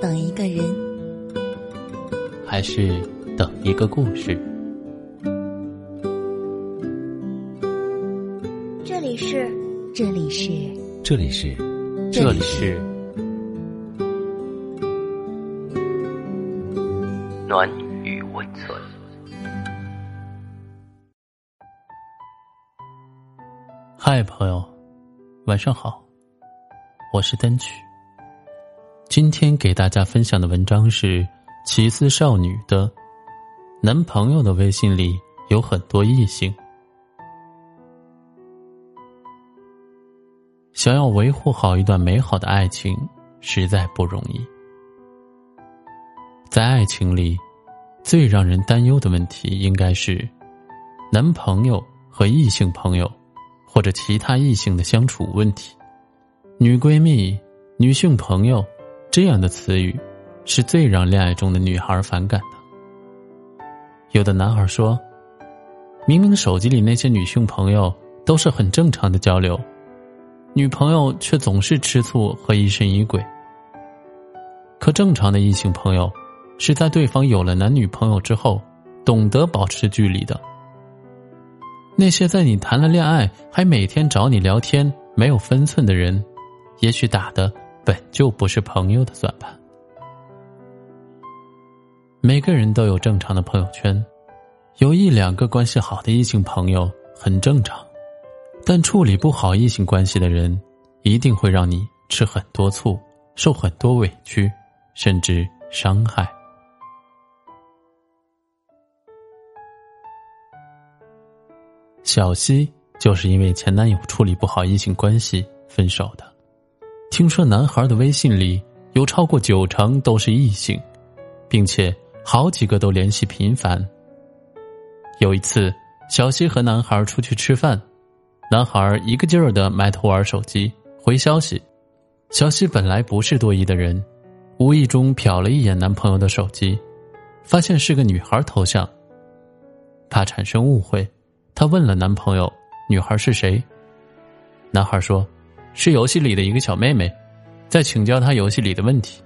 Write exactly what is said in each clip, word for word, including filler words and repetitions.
等一个人， 还是等一个故事？ 这里是，这里是， 这里是， 这里是暖与温存。 嗨，朋友，晚上好，我是单曲。今天给大家分享的文章是奇思少女的男朋友的微信里有很多异性。想要维护好一段美好的爱情实在不容易。在爱情里最让人担忧的问题应该是男朋友和异性朋友或者其他异性的相处问题。女闺蜜、女性朋友这样的词语是最让恋爱中的女孩反感的。有的男孩说，明明手机里那些女性朋友都是很正常的交流，女朋友却总是吃醋和疑神疑鬼。可正常的异性朋友是在对方有了男女朋友之后懂得保持距离的。那些在你谈了恋爱还每天找你聊天没有分寸的人，也许打的本就不是朋友的算盘。每个人都有正常的朋友圈，有一两个关系好的异性朋友很正常，但处理不好异性关系的人一定会让你吃很多醋，受很多委屈，甚至伤害。小西就是因为前男友处理不好异性关系分手的。听说男孩的微信里有超过九成都是异性，并且好几个都联系频繁。有一次，小西和男孩出去吃饭，男孩一个劲儿地埋头玩手机回消息。小西本来不是多疑的人，无意中瞟了一眼男朋友的手机，发现是个女孩头像。怕产生误会，她问了男朋友女孩是谁。男孩说是游戏里的一个小妹妹，在请教她游戏里的问题。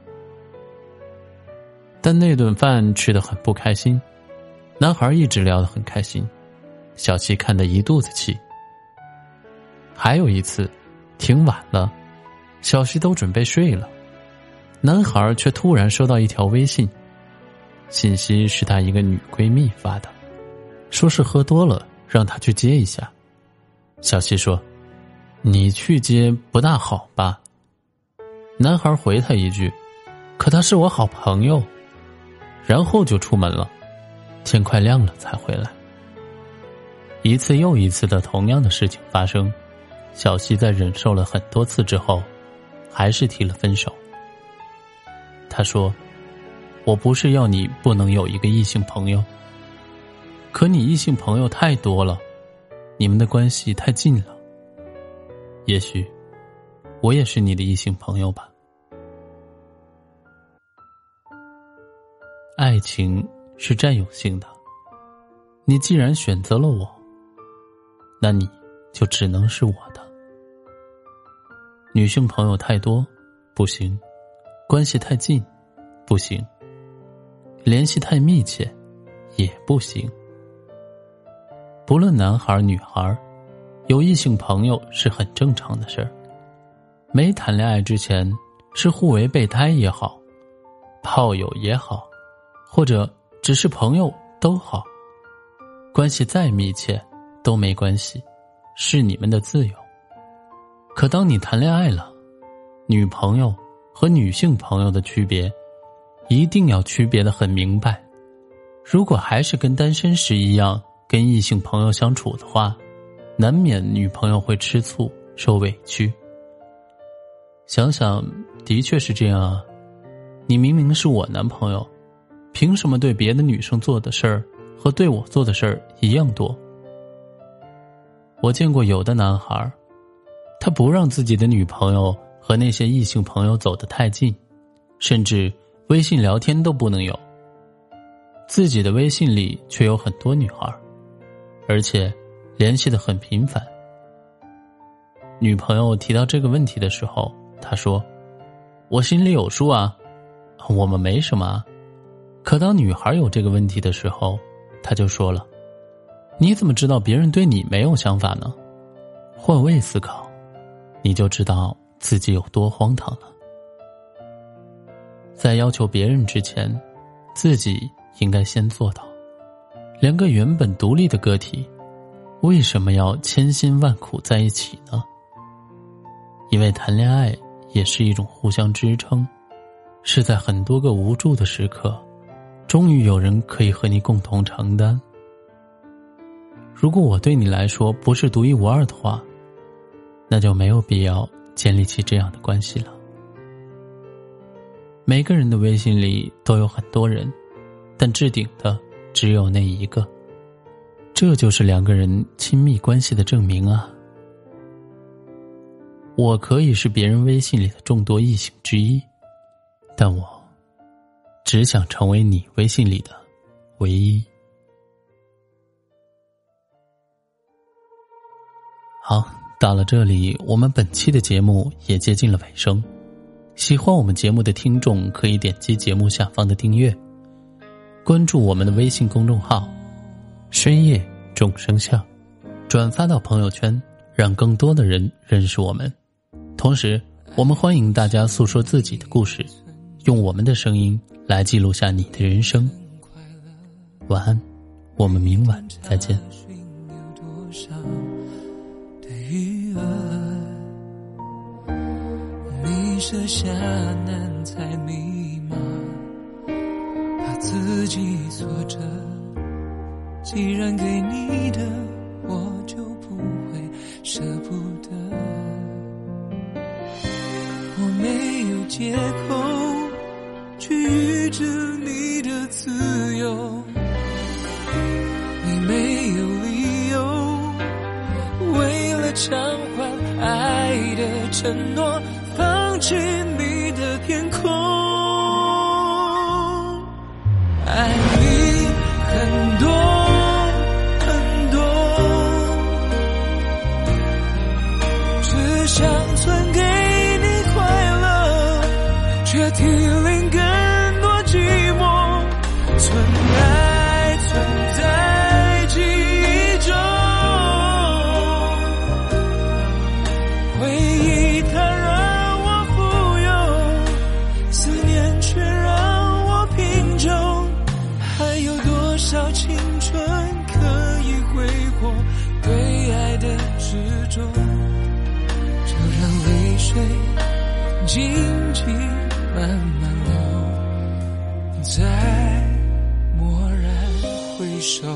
但那顿饭吃得很不开心，男孩一直聊得很开心，小西看得一肚子气。还有一次挺晚了，小西都准备睡了，男孩却突然收到一条微信，信息是他一个女闺蜜发的，说是喝多了让他去接一下。小西说，你去接不大好吧？男孩回他一句，可他是我好朋友，然后就出门了，天快亮了才回来。一次又一次的同样的事情发生，小西在忍受了很多次之后还是提了分手。他说，我不是要你不能有一个异性朋友，可你异性朋友太多了，你们的关系太近了，也许我也是你的异性朋友吧。爱情是占有性的，你既然选择了我，那你就只能是我的。女性朋友太多不行，关系太近不行，联系太密切也不行。不论男孩女孩，有异性朋友是很正常的事儿。没谈恋爱之前是互为备胎也好，炮友也好，或者只是朋友都好，关系再密切都没关系，是你们的自由。可当你谈恋爱了，女朋友和女性朋友的区别一定要区别得很明白。如果还是跟单身时一样跟异性朋友相处的话，难免女朋友会吃醋受委屈。想想的确是这样啊，你明明是我男朋友，凭什么对别的女生做的事儿和对我做的事儿一样多？我见过有的男孩，他不让自己的女朋友和那些异性朋友走得太近，甚至微信聊天都不能有，自己的微信里却有很多女孩，而且联系得很频繁。女朋友提到这个问题的时候，他说，我心里有数啊， 我们没什么啊。可当女孩有这个问题的时候，她就说了，你怎么知道别人对你没有想法呢？换位思考，你就知道自己有多荒唐了。在要求别人之前，自己应该先做到。两个原本独立的个体，为什么要千辛万苦在一起呢？因为谈恋爱也是一种互相支撑，是在很多个无助的时刻，终于有人可以和你共同承担。如果我对你来说不是独一无二的话，那就没有必要建立起这样的关系了。每个人的微信里都有很多人，但置顶的只有那一个，这就是两个人亲密关系的证明啊。我可以是别人微信里的众多异性之一，但我只想成为你微信里的唯一。好，到了这里，我们本期的节目也接近了尾声。喜欢我们节目的听众可以点击节目下方的订阅，关注我们的微信公众号深夜众生相，转发到朋友圈，让更多的人认识我们。同时我们欢迎大家诉说自己的故事，用我们的声音来记录下你的人生。晚安，我们明晚再见。 你设下难猜密码，把自己锁着，既然给你的我就不会舍不得。我没有借口去预知你的自由，你没有理由为了偿还爱的承诺放弃你的天空。爱你很多很多，只想存给你快乐，却体领更多寂寞。存爱存在记忆中，回忆它让我富有，思念却让我贫穷。还有多少青春可以挥霍对爱的执着，就让泪水静静慢慢流，再蓦然回首。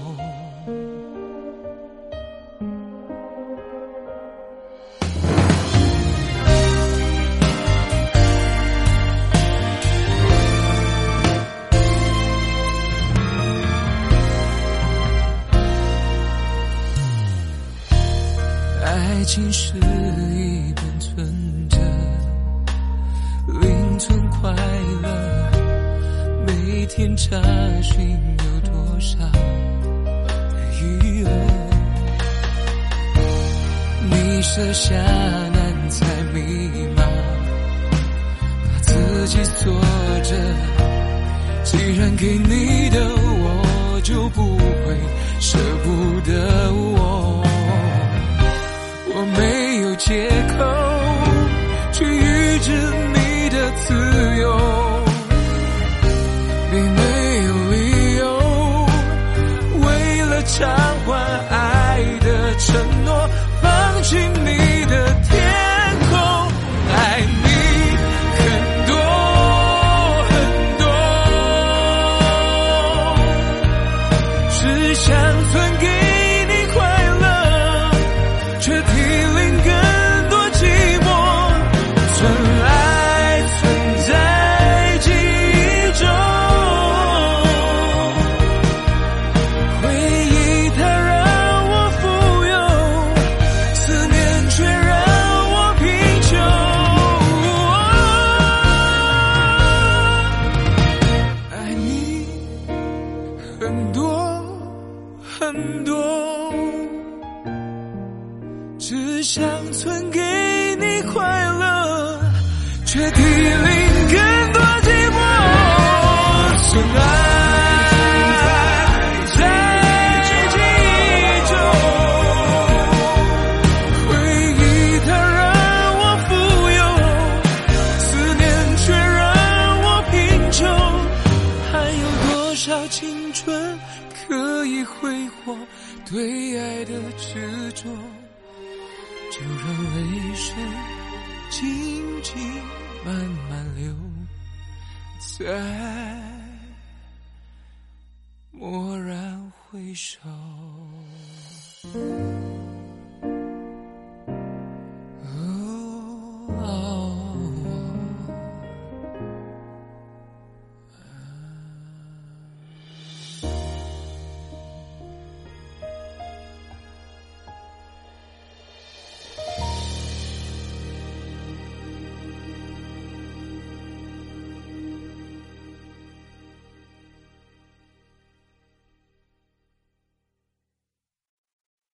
爱情是一本存折，零存快乐，每天查询有多少余额。你设下难猜密码，把自己锁着，既然给你的我就不会舍不得我。我没有借口去预知你的自由，你没有理由为了偿还爱的承诺放弃你的天空。爱你很多很多，只想存给你快乐，却体领更多寂寞。存爱存在记忆中，回忆它让我富有，思念却让我贫穷。爱你很多很多，只想存给你快乐，却体领更多寂寞。 曾爱在记忆中，回忆它让我富有，思念却让我贫穷。还有多少青春可以挥霍，对爱的执着，就让泪水静静慢慢流，在蓦然回首。